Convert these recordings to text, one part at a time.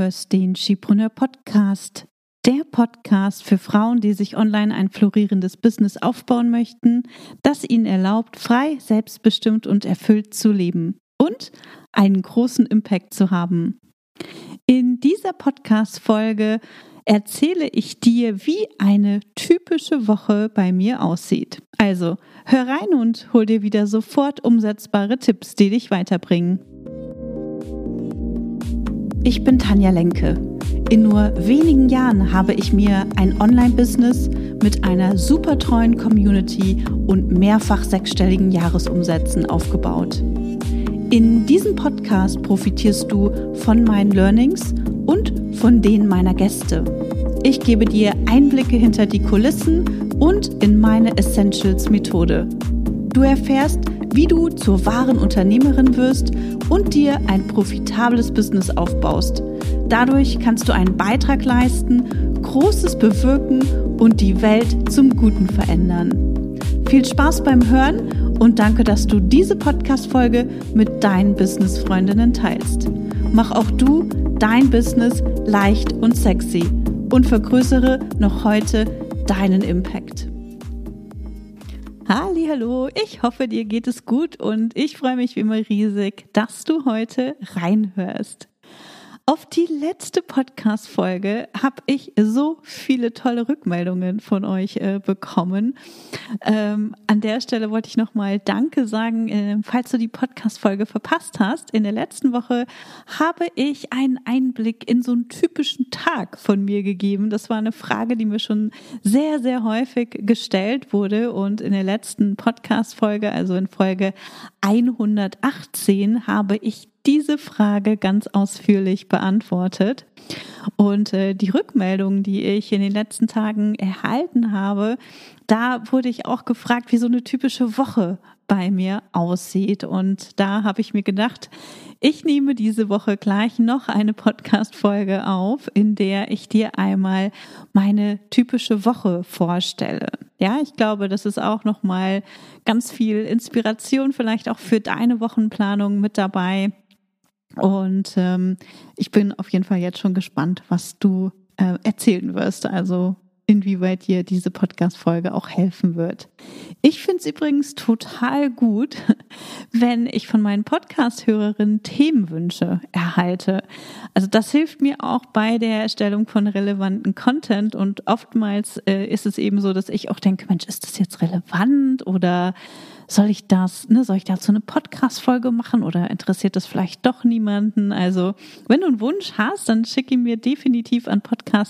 hörst den Skipreneur Podcast. Der Podcast für Frauen, die sich online ein florierendes Business aufbauen möchten, das ihnen erlaubt, frei, selbstbestimmt und erfüllt zu leben und einen großen Impact zu haben. In dieser Podcast-Folge erzähle ich dir, wie eine typische Woche bei mir aussieht. Also hör rein und hol dir wieder sofort umsetzbare Tipps, die dich weiterbringen. Ich bin Tanja Lenke. In nur wenigen Jahren habe ich mir ein Online-Business mit einer super treuen Community und mehrfach sechsstelligen Jahresumsätzen aufgebaut. In diesem Podcast profitierst du von meinen Learnings und von denen meiner Gäste. Ich gebe dir Einblicke hinter die Kulissen und in meine Essentials-Methode. Du erfährst, wie du zur wahren Unternehmerin wirst und dir ein profitables Business aufbaust. Dadurch kannst du einen Beitrag leisten, Großes bewirken und die Welt zum Guten verändern. Viel Spaß beim Hören und danke, dass du diese Podcast-Folge mit deinen Business-Freundinnen teilst. Mach auch du dein Business leicht und sexy und vergrößere noch heute deinen Impact. Hallihallo, ich hoffe, dir geht es gut und ich freue mich wie immer riesig, dass du heute reinhörst. Auf die letzte Podcast-Folge habe ich so viele tolle Rückmeldungen von euch bekommen. An der Stelle wollte ich nochmal Danke sagen, falls du die Podcast-Folge verpasst hast. In der letzten Woche habe ich einen Einblick in so einen typischen Tag von mir gegeben. Das war eine Frage, die mir schon sehr, sehr häufig gestellt wurde. Und in der letzten Podcast-Folge, also in Folge 118, habe ich diese Frage ganz ausführlich beantwortet. Und die Rückmeldungen, die ich in den letzten Tagen erhalten habe, da wurde ich auch gefragt, wie so eine typische Woche bei mir aussieht. Und da habe ich mir gedacht, ich nehme diese Woche gleich noch eine Podcast-Folge auf, in der ich dir einmal meine typische Woche vorstelle. Ja, ich glaube, das ist auch nochmal ganz viel Inspiration, vielleicht auch für deine Wochenplanung mit dabei. Und ich bin auf jeden Fall jetzt schon gespannt, was du erzählen wirst, also inwieweit dir diese Podcast-Folge auch helfen wird. Ich finde es übrigens total gut, wenn ich von meinen Podcast-Hörerinnen Themenwünsche erhalte. Also das hilft mir auch bei der Erstellung von relevanten Content und oftmals ist es eben so, dass ich auch denke, Mensch, ist das jetzt relevant oder soll ich dazu eine Podcast-Folge machen oder interessiert das vielleicht doch niemanden? Also, wenn du einen Wunsch hast, dann schick ihn mir definitiv an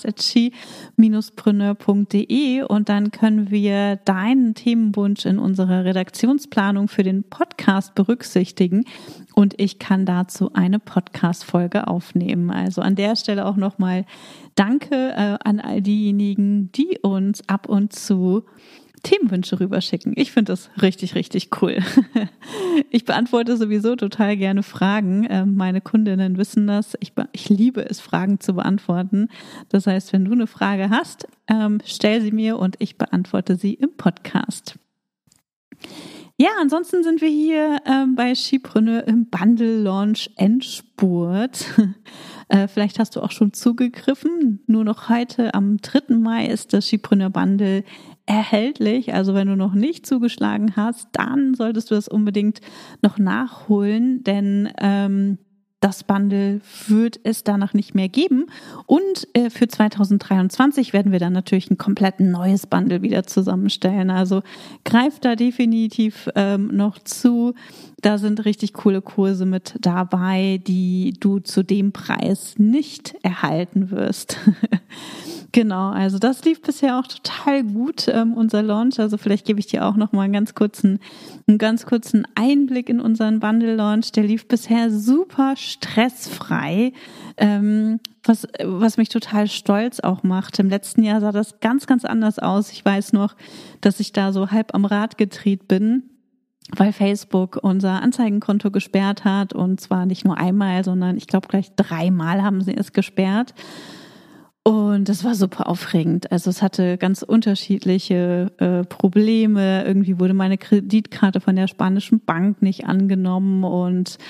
podcast@ski-preneur.de und dann können wir deinen Themenwunsch in unserer Redaktionsplanung für den Podcast berücksichtigen und ich kann dazu eine Podcast-Folge aufnehmen. Also an der Stelle auch nochmal Danke an all diejenigen, die uns ab und zu Themenwünsche rüberschicken. Ich finde das richtig, richtig cool. Ich beantworte sowieso total gerne Fragen. Meine Kundinnen wissen das. Ich liebe es, Fragen zu beantworten. Das heißt, wenn du eine Frage hast, stell sie mir und ich beantworte sie im Podcast. Ja, ansonsten sind wir hier bei Skipreneur im Bundle Launch Endspurt. Vielleicht hast du auch schon zugegriffen. Nur noch heute am 3. Mai ist das Skipreneur Bundle erhältlich. Also wenn du noch nicht zugeschlagen hast, dann solltest du das unbedingt noch nachholen, denn das Bundle wird es danach nicht mehr geben. Und für 2023 werden wir dann natürlich ein komplett neues Bundle wieder zusammenstellen. Also greif da definitiv noch zu. Da sind richtig coole Kurse mit dabei, die du zu dem Preis nicht erhalten wirst. Genau, also das lief bisher auch total gut, unser Launch. Also vielleicht gebe ich dir auch noch mal einen ganz kurzen Einblick in unseren Bundle-Launch. Der lief bisher super stressfrei, was mich total stolz auch macht. Im letzten Jahr sah das ganz, ganz anders aus. Ich weiß noch, dass ich da so halb am Rad gedreht bin, weil Facebook unser Anzeigenkonto gesperrt hat. Und zwar nicht nur einmal, sondern ich glaube gleich 3-mal haben sie es gesperrt. Und das war super aufregend. Also es hatte ganz unterschiedliche Probleme. Irgendwie wurde meine Kreditkarte von der spanischen Bank nicht angenommen und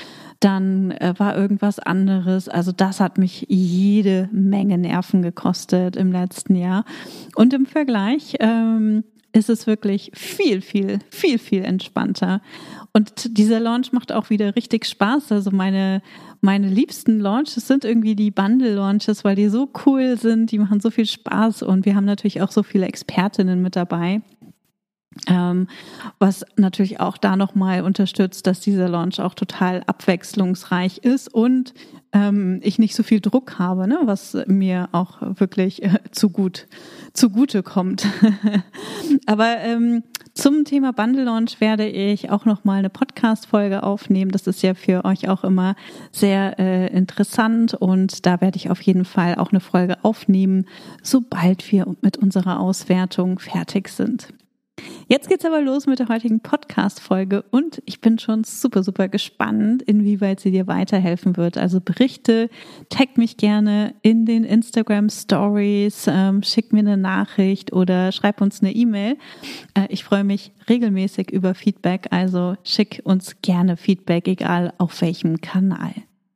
dann war irgendwas anderes. Also das hat mich jede Menge Nerven gekostet im letzten Jahr. Und im Vergleich ist es wirklich viel entspannter. Und dieser Launch macht auch wieder richtig Spaß. Also meine liebsten Launches sind irgendwie die Bundle-Launches, weil die so cool sind, die machen so viel Spaß und wir haben natürlich auch so viele Expertinnen mit dabei. Was natürlich auch da nochmal unterstützt, dass dieser Launch auch total abwechslungsreich ist und ich nicht so viel Druck habe, ne, was mir auch wirklich zugute kommt. Aber zum Thema Bundle Launch werde ich auch nochmal eine Podcast-Folge aufnehmen. Das ist ja für euch auch immer sehr interessant und da werde ich auf jeden Fall auch eine Folge aufnehmen, sobald wir mit unserer Auswertung fertig sind. Jetzt geht's aber los mit der heutigen Podcast-Folge und ich bin schon super gespannt, inwieweit sie dir weiterhelfen wird. Also berichte, tag mich gerne in den Instagram-Stories, schick mir eine Nachricht oder schreib uns eine E-Mail. Ich freue mich regelmäßig über Feedback, also schick uns gerne Feedback, egal auf welchem Kanal.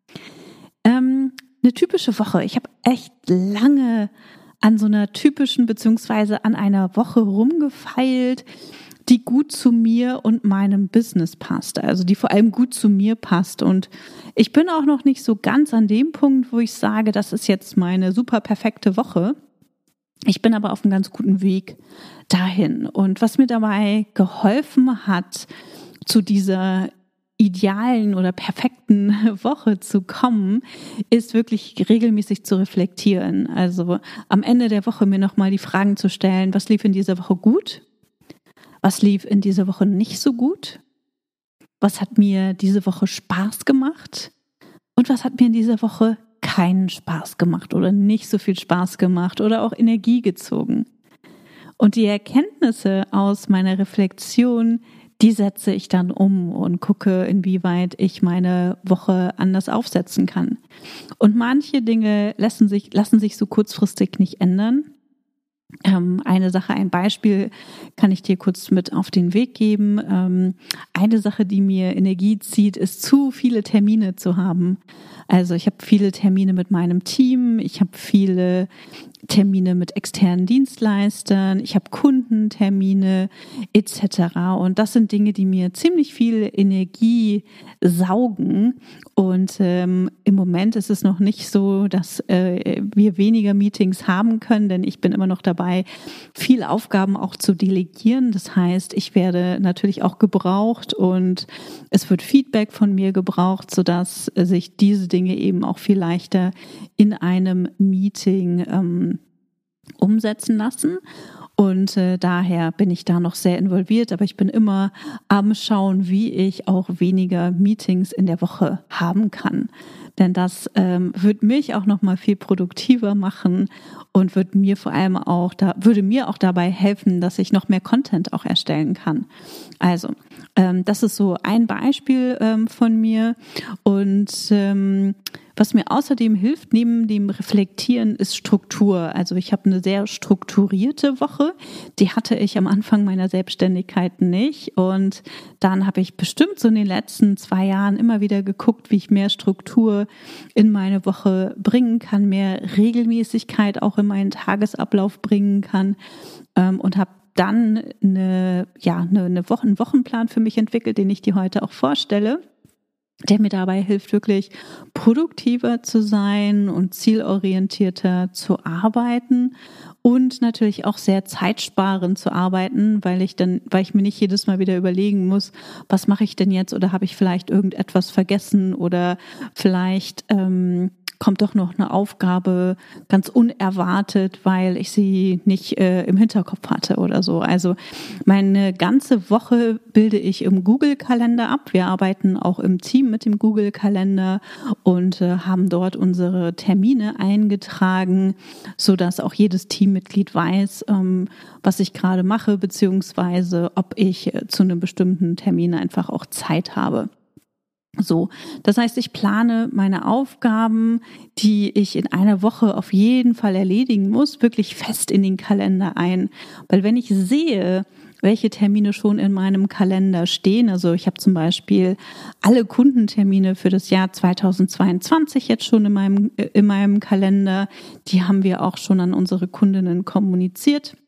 Eine typische Woche. Ich habe echt lange an so einer typischen beziehungsweise an einer Woche rumgefeilt, die gut zu mir und meinem Business passt, also die vor allem gut zu mir passt. Und ich bin auch noch nicht so ganz an dem Punkt, wo ich sage, das ist jetzt meine super perfekte Woche. Ich bin aber auf einem ganz guten Weg dahin. Und was mir dabei geholfen hat, zu dieser idealen oder perfekten Woche zu kommen, ist wirklich regelmäßig zu reflektieren. Also am Ende der Woche mir nochmal die Fragen zu stellen, was lief in dieser Woche gut? Was lief in dieser Woche nicht so gut? Was hat mir diese Woche Spaß gemacht? Und was hat mir in dieser Woche keinen Spaß gemacht oder nicht so viel Spaß gemacht oder auch Energie gezogen? Und die Erkenntnisse aus meiner Reflexion, die setze ich dann um und gucke, inwieweit ich meine Woche anders aufsetzen kann. Und manche Dinge lassen sich so kurzfristig nicht ändern. Eine Sache, ein Beispiel kann ich dir kurz mit auf den Weg geben. Eine Sache, die mir Energie zieht, ist zu viele Termine zu haben. Also ich habe viele Termine mit meinem Team, ich habe viele Termine mit externen Dienstleistern, ich habe Kundentermine etc. Und das sind Dinge, die mir ziemlich viel Energie saugen. Und im Moment ist es noch nicht so, dass wir weniger Meetings haben können, denn ich bin immer noch dabei, viele Aufgaben auch zu delegieren. Das heißt, ich werde natürlich auch gebraucht und es wird Feedback von mir gebraucht, sodass sich diese Dinge eben auch viel leichter in einem Meeting umsetzen lassen. Und daher bin ich da noch sehr involviert, aber ich bin immer am Schauen, wie ich auch weniger Meetings in der Woche haben kann. Denn das wird mich auch noch mal viel produktiver machen und wird mir vor allem auch würde mir auch dabei helfen, dass ich noch mehr Content auch erstellen kann. Also das ist so ein Beispiel von mir und was mir außerdem hilft, neben dem Reflektieren, ist Struktur. Also ich habe eine sehr strukturierte Woche. Die hatte ich am Anfang meiner Selbstständigkeit nicht. Und dann habe ich bestimmt so in den letzten 2 Jahren immer wieder geguckt, wie ich mehr Struktur in meine Woche bringen kann, mehr Regelmäßigkeit auch in meinen Tagesablauf bringen kann und habe dann einen Wochenplan für mich entwickelt, den ich dir heute auch vorstelle, der mir dabei hilft, wirklich produktiver zu sein und zielorientierter zu arbeiten und natürlich auch sehr zeitsparend zu arbeiten, weil ich mir nicht jedes Mal wieder überlegen muss, was mache ich denn jetzt oder habe ich vielleicht irgendetwas vergessen oder vielleicht kommt doch noch eine Aufgabe ganz unerwartet, weil ich sie nicht im Hinterkopf hatte oder so. Also meine ganze Woche bilde ich im Google-Kalender ab. Wir arbeiten auch im Team mit dem Google-Kalender und haben dort unsere Termine eingetragen, sodass auch jedes Teammitglied weiß, was ich gerade mache, beziehungsweise ob ich zu einem bestimmten Termin einfach auch Zeit habe. So, das heißt, ich plane meine Aufgaben, die ich in einer Woche auf jeden Fall erledigen muss, wirklich fest in den Kalender ein. Weil wenn ich sehe, welche Termine schon in meinem Kalender stehen. Also ich habe zum Beispiel alle Kundentermine für das Jahr 2022 jetzt schon in meinem Kalender. Die haben wir auch schon an unsere Kundinnen kommuniziert.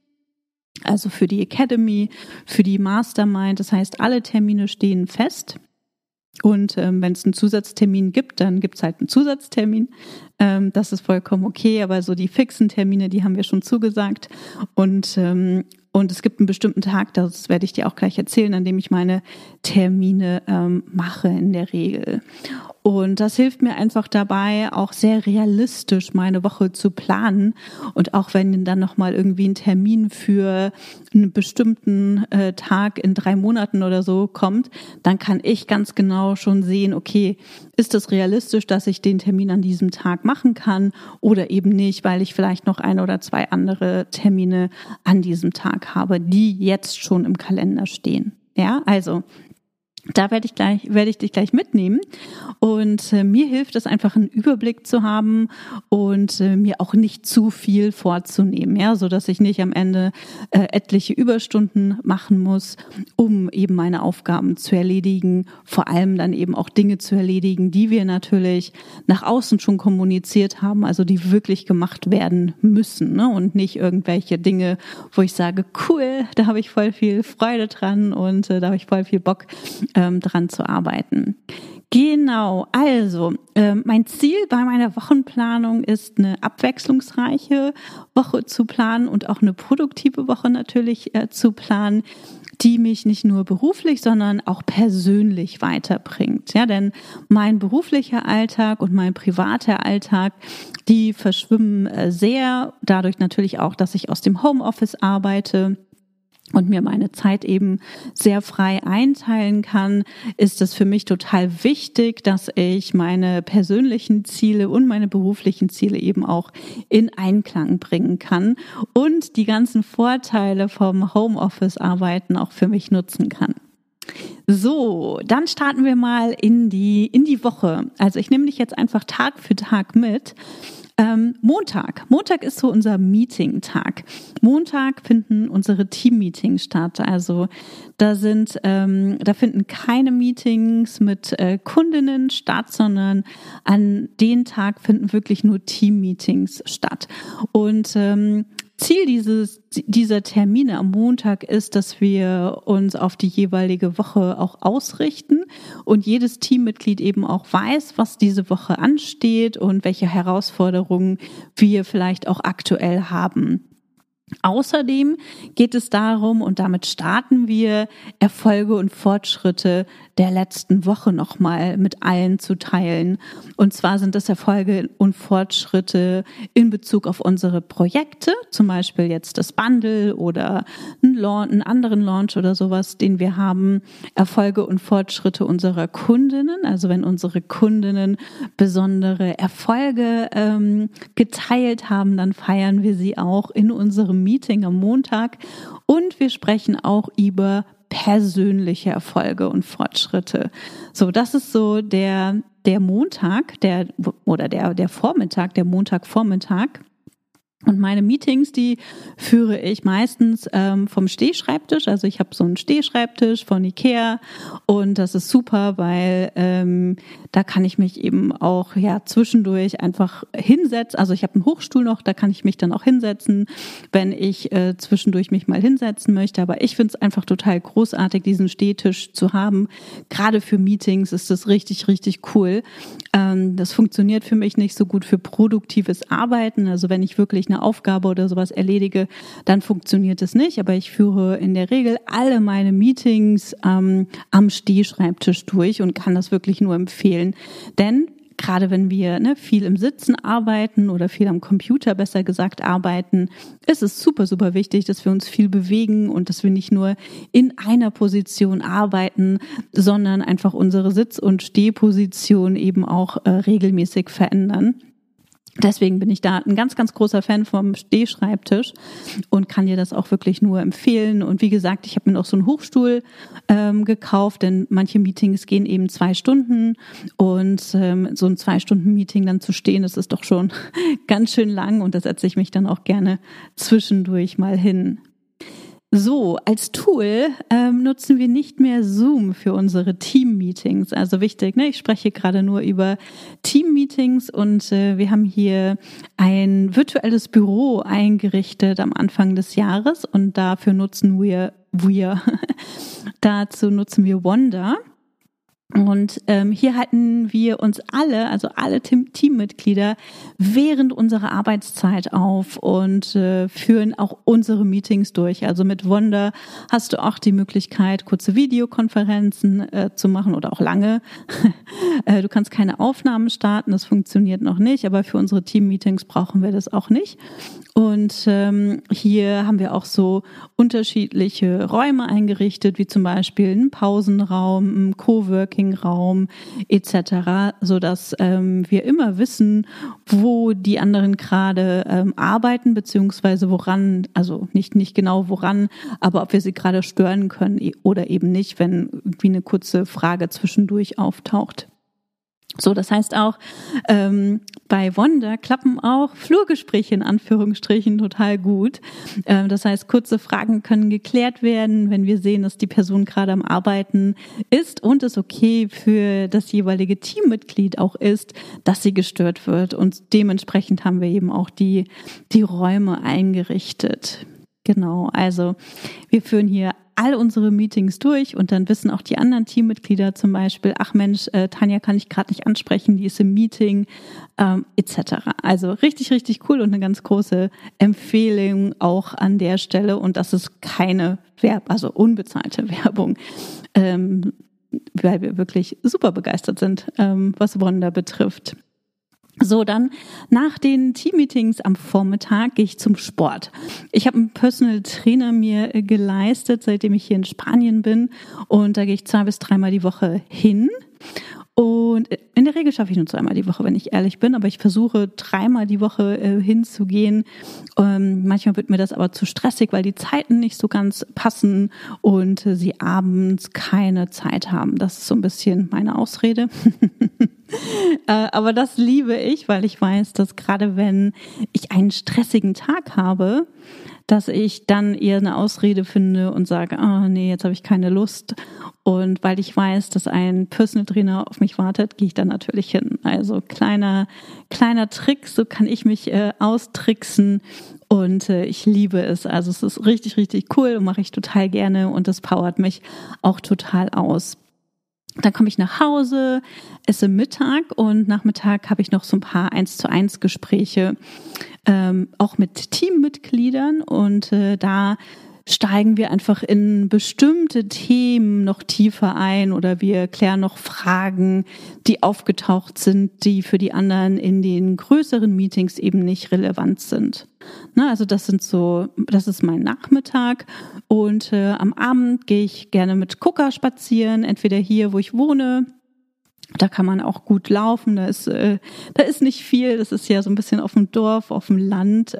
Also für die Academy, für die Mastermind. Das heißt, alle Termine stehen fest. Und wenn es einen Zusatztermin gibt, dann gibt es halt einen Zusatztermin. Das ist vollkommen okay, aber so die fixen Termine, die haben wir schon zugesagt. Und es gibt einen bestimmten Tag, das werde ich dir auch gleich erzählen, an dem ich meine Termine mache in der Regel. Und das hilft mir einfach dabei, auch sehr realistisch meine Woche zu planen. Und auch wenn dann nochmal irgendwie ein Termin für einen bestimmten Tag in 3 Monaten oder so kommt, dann kann ich ganz genau schon sehen, okay, ist das realistisch, dass ich den Termin an diesem Tag machen kann oder eben nicht, weil ich vielleicht noch 1 oder 2 andere Termine an diesem Tag habe, die jetzt schon im Kalender stehen. Ja, also da werde ich dich gleich mitnehmen und mir hilft es einfach, einen Überblick zu haben und mir auch nicht zu viel vorzunehmen, ja, so dass ich nicht am Ende etliche Überstunden machen muss, um eben meine Aufgaben zu erledigen, vor allem dann eben auch Dinge zu erledigen, die wir natürlich nach außen schon kommuniziert haben, also die wirklich gemacht werden müssen, ne? Und nicht irgendwelche Dinge, wo ich sage, cool, da habe ich voll viel Freude dran und da habe ich voll viel Bock dran zu arbeiten. Genau, also mein Ziel bei meiner Wochenplanung ist, eine abwechslungsreiche Woche zu planen und auch eine produktive Woche natürlich zu planen, die mich nicht nur beruflich, sondern auch persönlich weiterbringt. Ja, denn mein beruflicher Alltag und mein privater Alltag, die verschwimmen sehr, dadurch natürlich auch, dass ich aus dem Homeoffice arbeite und mir meine Zeit eben sehr frei einteilen kann, ist es für mich total wichtig, dass ich meine persönlichen Ziele und meine beruflichen Ziele eben auch in Einklang bringen kann und die ganzen Vorteile vom Homeoffice-Arbeiten auch für mich nutzen kann. So, dann starten wir mal in die Woche. Also ich nehme dich jetzt einfach Tag für Tag mit. Montag ist so unser Meeting-Tag. Montag finden unsere Team-Meetings statt. Also da finden keine Meetings mit Kundinnen statt, sondern an den Tag finden wirklich nur Team-Meetings statt. Und Ziel dieser Termine am Montag ist, dass wir uns auf die jeweilige Woche auch ausrichten und jedes Teammitglied eben auch weiß, was diese Woche ansteht und welche Herausforderungen wir vielleicht auch aktuell haben. Außerdem geht es darum, und damit starten wir, Erfolge und Fortschritte der letzten Woche nochmal mit allen zu teilen. Und zwar sind das Erfolge und Fortschritte in Bezug auf unsere Projekte, zum Beispiel jetzt das Bundle oder einen anderen Launch oder sowas, den wir haben. Erfolge und Fortschritte unserer Kundinnen, also wenn unsere Kundinnen besondere Erfolge geteilt haben, dann feiern wir sie auch in unserem Meeting am Montag. Und wir sprechen auch über persönliche Erfolge und Fortschritte. So, das ist so der Montag, der Vormittag, der Montagvormittag. Und meine Meetings, die führe ich meistens vom Stehschreibtisch. Also ich habe so einen Stehschreibtisch von Ikea und das ist super, weil da kann ich mich eben auch zwischendurch einfach hinsetzen. Also ich habe einen Hochstuhl noch, da kann ich mich dann auch hinsetzen, wenn ich zwischendurch mich mal hinsetzen möchte. Aber ich finde es einfach total großartig, diesen Stehtisch zu haben. Gerade für Meetings ist das richtig, richtig cool. Das funktioniert für mich nicht so gut für produktives Arbeiten. Also wenn ich wirklich eine Aufgabe oder sowas erledige, dann funktioniert es nicht. Aber ich führe in der Regel alle meine Meetings am Stehschreibtisch durch und kann das wirklich nur empfehlen. Denn gerade wenn wir viel im Sitzen arbeiten oder viel am Computer, besser gesagt, arbeiten, ist es super, super wichtig, dass wir uns viel bewegen und dass wir nicht nur in einer Position arbeiten, sondern einfach unsere Sitz- und Stehposition eben auch regelmäßig verändern. Deswegen bin ich da ein ganz, ganz großer Fan vom Stehschreibtisch und kann dir das auch wirklich nur empfehlen. Und wie gesagt, ich habe mir noch so einen Hochstuhl gekauft, denn manche Meetings gehen eben 2 Stunden und so ein 2-Stunden-Meeting dann zu stehen, das ist doch schon ganz schön lang und da setze ich mich dann auch gerne zwischendurch mal hin. So, als Tool nutzen wir nicht mehr Zoom für unsere Team-Meetings. Also wichtig, ne? Ich spreche gerade nur über Team-Meetings und wir haben hier ein virtuelles Büro eingerichtet am Anfang des Jahres und dafür nutzen wir Wonder. Und hier halten wir uns alle Teammitglieder während unserer Arbeitszeit auf und führen auch unsere Meetings durch. Also mit Wonder hast du auch die Möglichkeit, kurze Videokonferenzen zu machen oder auch lange. Du kannst keine Aufnahmen starten, das funktioniert noch nicht, aber für unsere Team-Meetings brauchen wir das auch nicht. Und hier haben wir auch so unterschiedliche Räume eingerichtet, wie zum Beispiel einen Pausenraum, einen Coworking-Raum etc., sodass wir immer wissen, wo die anderen gerade arbeiten, beziehungsweise woran, also nicht genau woran, aber ob wir sie gerade stören können oder eben nicht, wenn irgendwie eine kurze Frage zwischendurch auftaucht. So, das heißt auch, bei Wonder klappen auch Flurgespräche in Anführungsstrichen total gut. Das heißt, kurze Fragen können geklärt werden, wenn wir sehen, dass die Person gerade am Arbeiten ist und es okay für das jeweilige Teammitglied auch ist, dass sie gestört wird. Und dementsprechend haben wir eben auch die Räume eingerichtet. Genau, also wir führen hier all unsere Meetings durch und dann wissen auch die anderen Teammitglieder zum Beispiel, ach Mensch, Tanja kann ich gerade nicht ansprechen, die ist im Meeting, etc. Also richtig, richtig cool und eine ganz große Empfehlung auch an der Stelle und das ist keine unbezahlte Werbung, weil wir wirklich super begeistert sind, was Wonder betrifft. So, dann nach den Teammeetings am Vormittag gehe ich zum Sport. Ich habe einen Personal Trainer mir geleistet, seitdem ich hier in Spanien bin und da gehe ich 2 bis 3 Mal die Woche hin. Und in der Regel schaffe ich nur 2 Mal die Woche, wenn ich ehrlich bin, aber ich versuche 3 Mal die Woche hinzugehen. Manchmal wird mir das aber zu stressig, weil die Zeiten nicht so ganz passen und sie abends keine Zeit haben. Das ist so ein bisschen meine Ausrede. Aber das liebe ich, weil ich weiß, dass gerade wenn ich einen stressigen Tag habe, dass ich dann eher eine Ausrede finde und sage, nee, jetzt habe ich keine Lust. Und weil ich weiß, dass ein Personal Trainer auf mich wartet, gehe ich dann natürlich hin. Also kleiner Trick, so kann ich mich austricksen und ich liebe es. Also es ist richtig, richtig cool und mache ich total gerne und das powert mich auch total aus. Dann komme ich nach Hause, esse Mittag und Nachmittag habe ich noch so ein paar 1:1 Gespräche, auch mit Teammitgliedern und da steigen wir einfach in bestimmte Themen noch tiefer ein oder wir klären noch Fragen, die aufgetaucht sind, die für die anderen in den größeren Meetings eben nicht relevant sind. Also das ist mein Nachmittag und am Abend gehe ich gerne mit Kuka spazieren, entweder hier, wo ich wohne. Da kann man auch gut laufen, da ist nicht viel, das ist ja so ein bisschen auf dem Dorf, auf dem Land.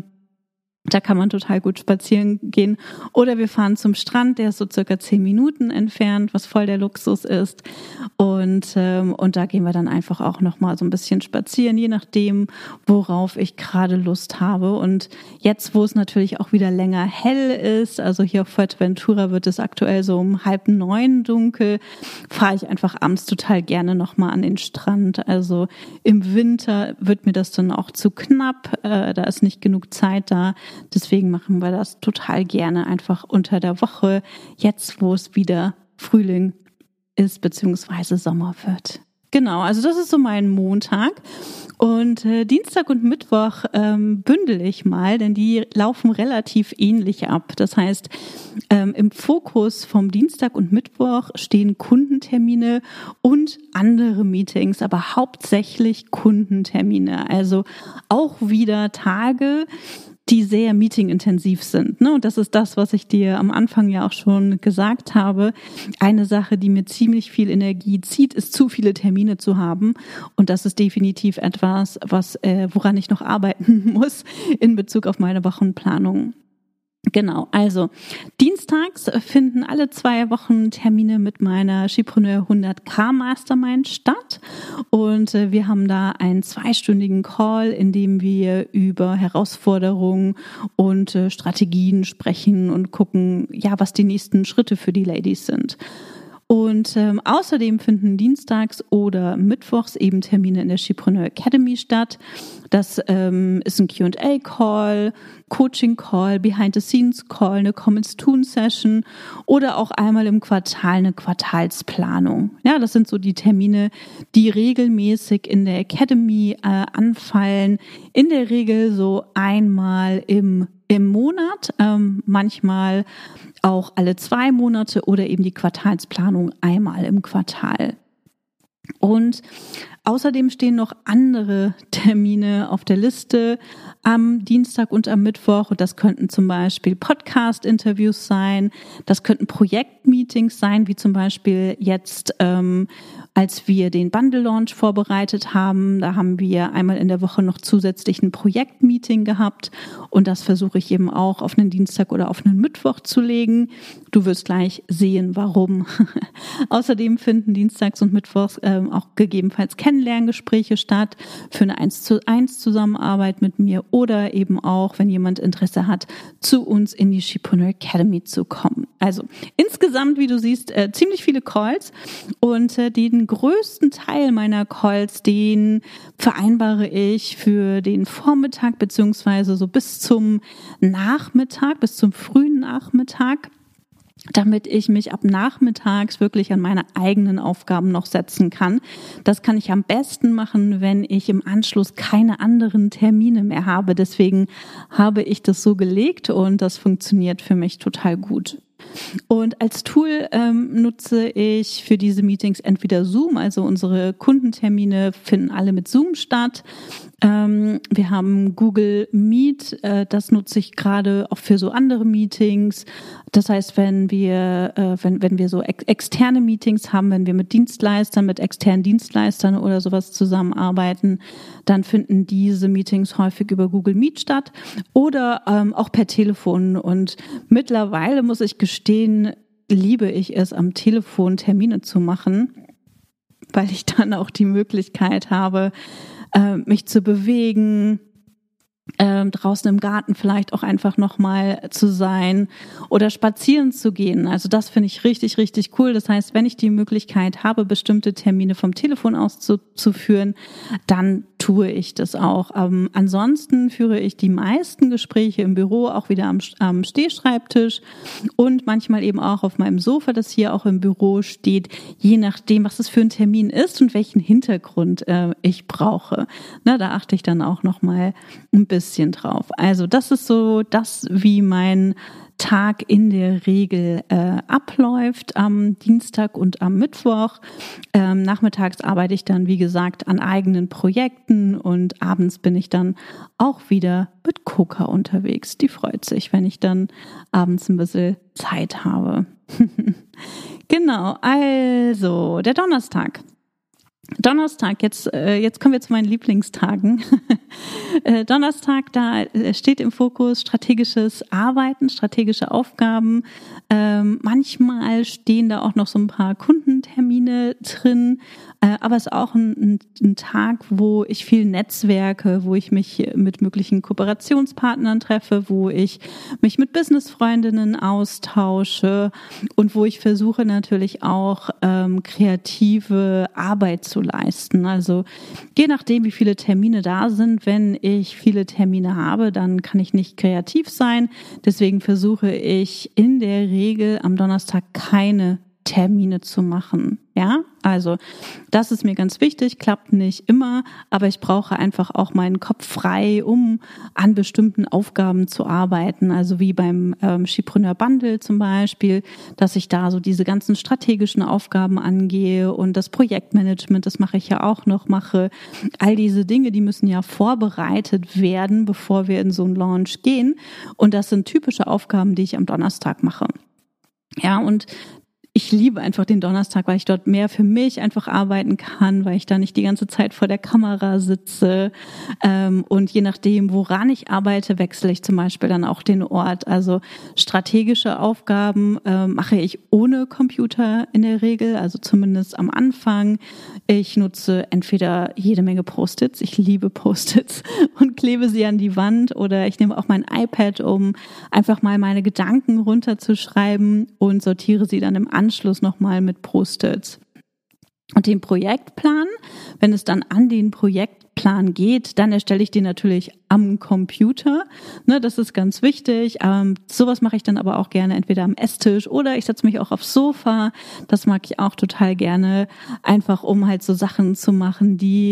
Da kann man total gut spazieren gehen. Oder wir fahren zum Strand, der ist so circa 10 Minuten entfernt, was voll der Luxus ist. Und da gehen wir dann einfach auch nochmal so ein bisschen spazieren, je nachdem, worauf ich gerade Lust habe. Und jetzt, wo es natürlich auch wieder länger hell ist, also hier auf Fuerteventura wird es aktuell so um 8:30 dunkel, fahre ich einfach abends total gerne nochmal an den Strand. Also im Winter wird mir das dann auch zu knapp, da ist nicht genug Zeit da. Deswegen machen wir das total gerne einfach unter der Woche, jetzt wo es wieder Frühling ist beziehungsweise Sommer wird. Genau, also das ist so mein Montag und Dienstag und Mittwoch bündel ich mal, denn die laufen relativ ähnlich ab. Das heißt, im Fokus vom Dienstag und Mittwoch stehen Kundentermine und andere Meetings, aber hauptsächlich Kundentermine. Also auch wieder Tage, die sehr meetingintensiv sind. Und das ist das, was ich dir am Anfang ja auch schon gesagt habe. Eine Sache, die mir ziemlich viel Energie zieht, ist zu viele Termine zu haben. Und das ist definitiv etwas, woran ich noch arbeiten muss in Bezug auf meine Wochenplanung. Genau, also Dienstags finden alle 2 Wochen Termine mit meiner Skipreneur 100K Mastermind statt und wir haben da einen 2-stündigen Call, in dem wir über Herausforderungen und Strategien sprechen und gucken, ja, was die nächsten Schritte für die Ladies sind. Und außerdem finden dienstags oder mittwochs eben Termine in der Skipreneur Academy statt. Das ist ein Q&A-Call, Coaching-Call, Behind-the-Scenes-Call, eine Comments-Tun-Session oder auch einmal im Quartal eine Quartalsplanung. Ja, das sind so die Termine, die regelmäßig in der Academy anfallen. In der Regel so einmal im Monat, manchmal auch alle 2 Monate oder eben die Quartalsplanung einmal im Quartal. Und außerdem stehen noch andere Termine auf der Liste am Dienstag und am Mittwoch. Und das könnten zum Beispiel Podcast-Interviews sein, das könnten Projektmeetings sein, wie zum Beispiel jetzt, als wir den Bundle-Launch vorbereitet haben. Da haben wir einmal in der Woche noch zusätzlich ein Projektmeeting gehabt. Und das versuche ich eben auch auf einen Dienstag oder auf einen Mittwoch zu legen. Du wirst gleich sehen, warum. Außerdem finden dienstags und mittwochs auch gegebenenfalls Kennenlerngespräche statt für eine 1:1 Zusammenarbeit mit mir oder eben auch, wenn jemand Interesse hat, zu uns in die Skipreneur Academy zu kommen. Also insgesamt, wie du siehst, ziemlich viele Calls und den größten Teil meiner Calls, den vereinbare ich für den Vormittag beziehungsweise so bis zum Nachmittag, bis zum frühen Nachmittag, damit ich mich ab nachmittags wirklich an meine eigenen Aufgaben noch setzen kann. Das kann ich am besten machen, wenn ich im Anschluss keine anderen Termine mehr habe. Deswegen habe ich das so gelegt und das funktioniert für mich total gut. Und als Tool nutze ich für diese Meetings entweder Zoom, also unsere Kundentermine finden alle mit Zoom statt. Wir haben Google Meet, das nutze ich gerade auch für so andere Meetings. Das heißt, wenn wir so externe Meetings haben, wenn wir mit Dienstleistern, mit externen Dienstleistern oder sowas zusammenarbeiten, dann finden diese Meetings häufig über Google Meet statt oder auch per Telefon. Und mittlerweile muss ich gestehen, liebe ich es, am Telefon Termine zu machen, weil ich dann auch die Möglichkeit habe, mich zu bewegen, draußen im Garten vielleicht auch einfach nochmal zu sein oder spazieren zu gehen. Also das finde ich richtig, richtig cool. Das heißt, wenn ich die Möglichkeit habe, bestimmte Termine vom Telefon aus zu führen, dann tue ich das auch. Ansonsten führe ich die meisten Gespräche im Büro auch wieder am Stehschreibtisch und manchmal eben auch auf meinem Sofa, das hier auch im Büro steht, je nachdem, was es für ein Termin ist und welchen Hintergrund ich brauche. Na, da achte ich dann auch nochmal ein bisschen drauf. Also das ist so das, wie mein Tag in der Regel abläuft am Dienstag und am Mittwoch. Nachmittags arbeite ich dann, wie gesagt, an eigenen Projekten und abends bin ich dann auch wieder mit Coca unterwegs. Die freut sich, wenn ich dann abends ein bisschen Zeit habe. Genau, also der Donnerstag, jetzt kommen wir zu meinen Lieblingstagen. Donnerstag, da steht im Fokus strategisches Arbeiten, strategische Aufgaben. Manchmal stehen da auch noch so ein paar Kundentermine drin, aber es ist auch ein Tag, wo ich viel netzwerke, wo ich mich mit möglichen Kooperationspartnern treffe, wo ich mich mit Businessfreundinnen austausche und wo ich versuche natürlich auch kreative Arbeit zu leisten. Also je nachdem, wie viele Termine da sind, wenn ich viele Termine habe, dann kann ich nicht kreativ sein. Deswegen versuche ich in der Regel am Donnerstag keine Termine zu machen. Ja, also das ist mir ganz wichtig, klappt nicht immer, aber ich brauche einfach auch meinen Kopf frei, um an bestimmten Aufgaben zu arbeiten. Also wie beim Skipreneur Bundle zum Beispiel, dass ich da so diese ganzen strategischen Aufgaben angehe und das Projektmanagement, das mache ich ja auch noch, mache. All diese Dinge, die müssen ja vorbereitet werden, bevor wir in so einen Launch gehen. Und das sind typische Aufgaben, die ich am Donnerstag mache. Ja, und ich liebe einfach den Donnerstag, weil ich dort mehr für mich einfach arbeiten kann, weil ich da nicht die ganze Zeit vor der Kamera sitze. Und je nachdem, woran ich arbeite, wechsle ich zum Beispiel dann auch den Ort. Also strategische Aufgaben mache ich ohne Computer in der Regel, also zumindest am Anfang. Ich nutze entweder jede Menge Post-its, ich liebe Post-its und klebe sie an die Wand, oder ich nehme auch mein iPad, um einfach mal meine Gedanken runterzuschreiben und sortiere sie dann im Anschluss nochmal mit Post-its. Und den Projektplan, wenn es dann an den Projektplan geht, dann erstelle ich den natürlich am Computer. Ne, das ist ganz wichtig. Sowas mache ich dann aber auch gerne entweder am Esstisch oder ich setze mich auch aufs Sofa. Das mag ich auch total gerne, einfach um halt so Sachen zu machen, die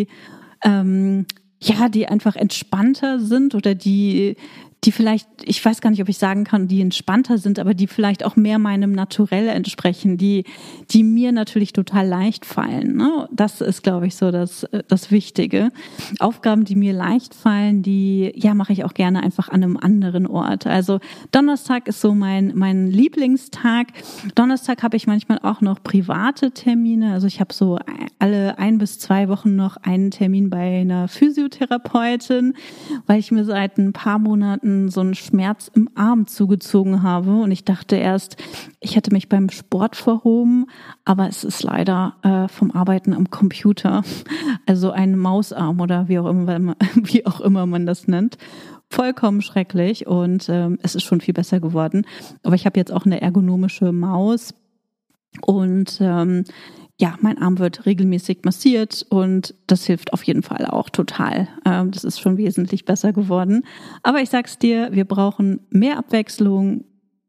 die einfach entspannter sind oder die vielleicht, ich weiß gar nicht, ob ich sagen kann, die entspannter sind, aber die vielleicht auch mehr meinem Naturell entsprechen, die mir natürlich total leicht fallen. Ne? Das ist, glaube ich, so das Wichtige. Aufgaben, die mir leicht fallen, die mache ich auch gerne einfach an einem anderen Ort. Also Donnerstag ist so mein Lieblingstag. Donnerstag habe ich manchmal auch noch private Termine. Also ich habe so alle 1 bis 2 Wochen noch einen Termin bei einer Physiotherapeutin, weil ich mir seit ein paar Monaten so einen Schmerz im Arm zugezogen habe. Und ich dachte erst, ich hätte mich beim Sport verhoben, aber es ist leider vom Arbeiten am Computer, also ein Mausarm oder wie auch immer man das nennt. Vollkommen schrecklich, und es ist schon viel besser geworden. Aber ich habe jetzt auch eine ergonomische Maus und mein Arm wird regelmäßig massiert und das hilft auf jeden Fall auch total. Das ist schon wesentlich besser geworden. Aber ich sag's dir, wir brauchen mehr Abwechslung,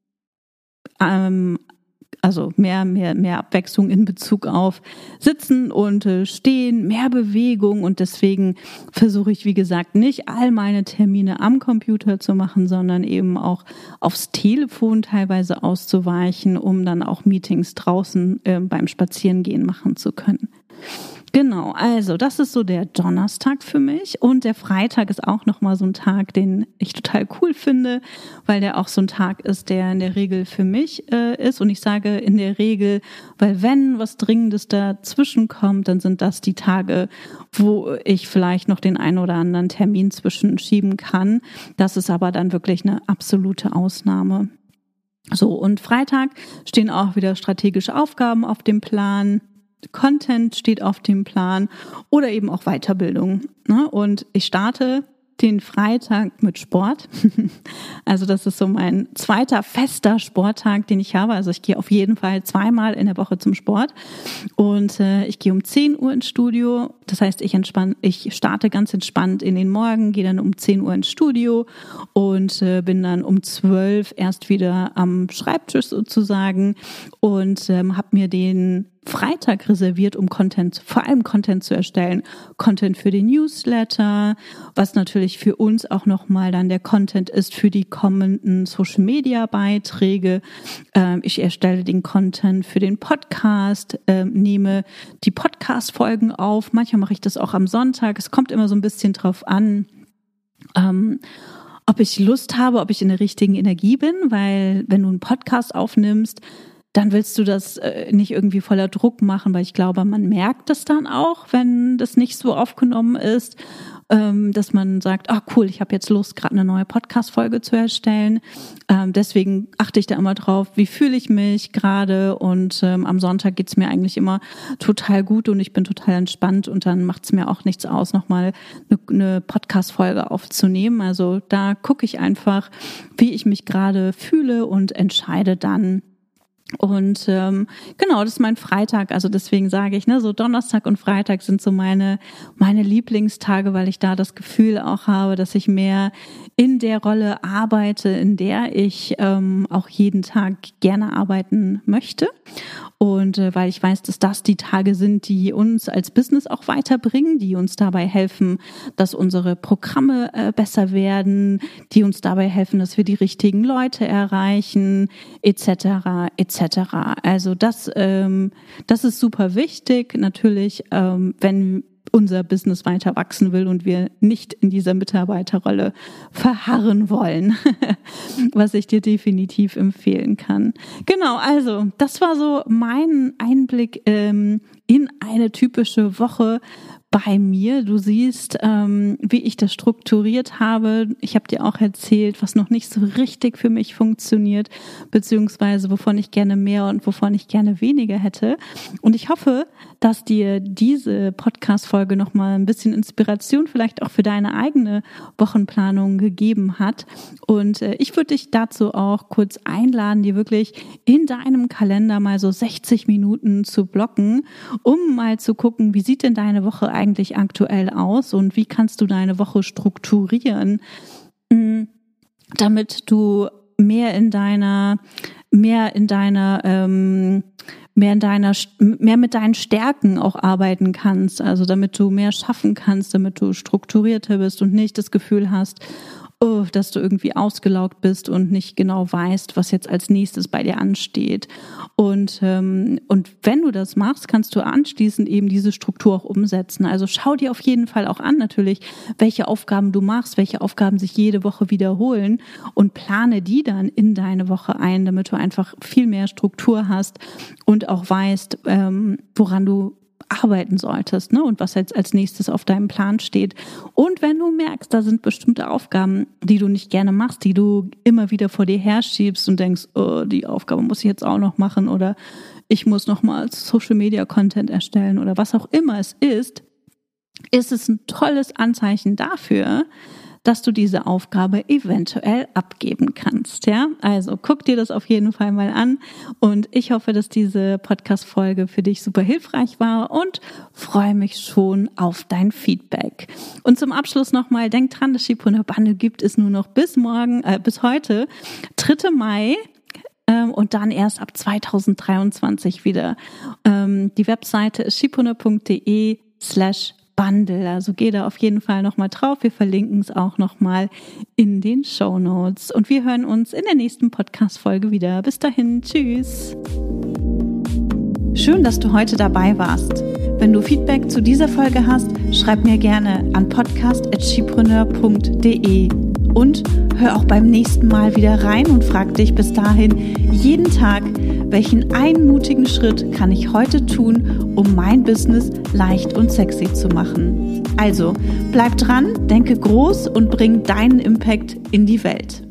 also mehr Abwechslung in Bezug auf Sitzen und Stehen, mehr Bewegung, und deswegen versuche ich, wie gesagt, nicht all meine Termine am Computer zu machen, sondern eben auch aufs Telefon teilweise auszuweichen, um dann auch Meetings draußen beim Spazierengehen machen zu können. Genau, also das ist so der Donnerstag für mich, und der Freitag ist auch nochmal so ein Tag, den ich total cool finde, weil der auch so ein Tag ist, der in der Regel für mich ist, und ich sage in der Regel, weil wenn was Dringendes dazwischen kommt, dann sind das die Tage, wo ich vielleicht noch den einen oder anderen Termin zwischenschieben kann. Das ist aber dann wirklich eine absolute Ausnahme. So, und Freitag stehen auch wieder strategische Aufgaben auf dem Plan. Content steht auf dem Plan oder eben auch Weiterbildung. Ne? Und ich starte den Freitag mit Sport. Also das ist so mein zweiter fester Sporttag, den ich habe. Also ich gehe auf jeden Fall 2-mal in der Woche zum Sport, und ich gehe um 10 Uhr ins Studio. Das heißt, ich starte ganz entspannt in den Morgen, gehe dann um 10 Uhr ins Studio und bin dann um 12 erst wieder am Schreibtisch sozusagen und habe mir den Freitag reserviert, um vor allem Content zu erstellen. Content für den Newsletter, was natürlich für uns auch nochmal dann der Content ist für die kommenden Social-Media-Beiträge. Ich erstelle den Content für den Podcast, nehme die Podcast-Folgen auf. Manchmal mache ich das auch am Sonntag. Es kommt immer so ein bisschen drauf an, ob ich Lust habe, ob ich in der richtigen Energie bin, weil wenn du einen Podcast aufnimmst, dann willst du das nicht irgendwie voller Druck machen, weil ich glaube, man merkt das dann auch, wenn das nicht so aufgenommen ist, dass man sagt, cool, ich habe jetzt Lust, gerade eine neue Podcast-Folge zu erstellen. Deswegen achte ich da immer drauf, wie fühle ich mich gerade, und am Sonntag geht's mir eigentlich immer total gut und ich bin total entspannt, und dann macht's mir auch nichts aus, nochmal eine Podcast-Folge aufzunehmen. Also da gucke ich einfach, wie ich mich gerade fühle und entscheide dann. Und genau, das ist mein Freitag, also deswegen sage ich, so Donnerstag und Freitag sind so meine Lieblingstage, weil ich da das Gefühl auch habe, dass ich mehr in der Rolle arbeite, in der ich auch jeden Tag gerne arbeiten möchte. Und weil ich weiß, dass das die Tage sind, die uns als Business auch weiterbringen, die uns dabei helfen, dass unsere Programme besser werden, die uns dabei helfen, dass wir die richtigen Leute erreichen, etc. Also das ist super wichtig. Natürlich, wenn unser Business weiter wachsen will und wir nicht in dieser Mitarbeiterrolle verharren wollen, was ich dir definitiv empfehlen kann. Genau, also das war so mein Einblick in eine typische Woche bei mir. Du siehst, wie ich das strukturiert habe. Ich habe dir auch erzählt, was noch nicht so richtig für mich funktioniert, beziehungsweise wovon ich gerne mehr und wovon ich gerne weniger hätte. Und ich hoffe, dass dir diese Podcast-Folge nochmal ein bisschen Inspiration vielleicht auch für deine eigene Wochenplanung gegeben hat. Und ich würde dich dazu auch kurz einladen, dir wirklich in deinem Kalender mal so 60 Minuten zu blocken, um mal zu gucken, wie sieht denn deine Woche eigentlich aktuell aus und wie kannst du deine Woche strukturieren, damit du mehr mit deinen Stärken auch arbeiten kannst, also damit du mehr schaffen kannst, damit du strukturierter bist und nicht das Gefühl hast, dass du irgendwie ausgelaugt bist und nicht genau weißt, was jetzt als nächstes bei dir ansteht. Und wenn du das machst, kannst du anschließend eben diese Struktur auch umsetzen. Also schau dir auf jeden Fall auch an natürlich, welche Aufgaben du machst, welche Aufgaben sich jede Woche wiederholen und plane die dann in deine Woche ein, damit du einfach viel mehr Struktur hast und auch weißt, woran du arbeiten solltest, ne? Und was jetzt als nächstes auf deinem Plan steht. Und wenn du merkst, da sind bestimmte Aufgaben, die du nicht gerne machst, die du immer wieder vor dir herschiebst und denkst, oh, die Aufgabe muss ich jetzt auch noch machen oder ich muss noch mal Social Media Content erstellen oder was auch immer es ist es ein tolles Anzeichen dafür, dass du diese Aufgabe eventuell abgeben kannst, ja? Also guck dir das auf jeden Fall mal an und ich hoffe, dass diese Podcast-Folge für dich super hilfreich war und freue mich schon auf dein Feedback. Und zum Abschluss nochmal, denk dran, das Skipreneur Bundle gibt es nur noch bis heute, 3. Mai, und dann erst ab 2023 wieder. Die Webseite ist skipreneur.de/Bundle. Also geh da auf jeden Fall nochmal drauf. Wir verlinken es auch nochmal in den Shownotes. Und wir hören uns in der nächsten Podcast-Folge wieder. Bis dahin, tschüss. Schön, dass du heute dabei warst. Wenn du Feedback zu dieser Folge hast, schreib mir gerne an podcast@skipreneur.de. Und hör auch beim nächsten Mal wieder rein und frag dich bis dahin jeden Tag, welchen einen mutigen Schritt kann ich heute tun, um mein Business leicht und sexy zu machen. Also, bleib dran, denke groß und bring deinen Impact in die Welt.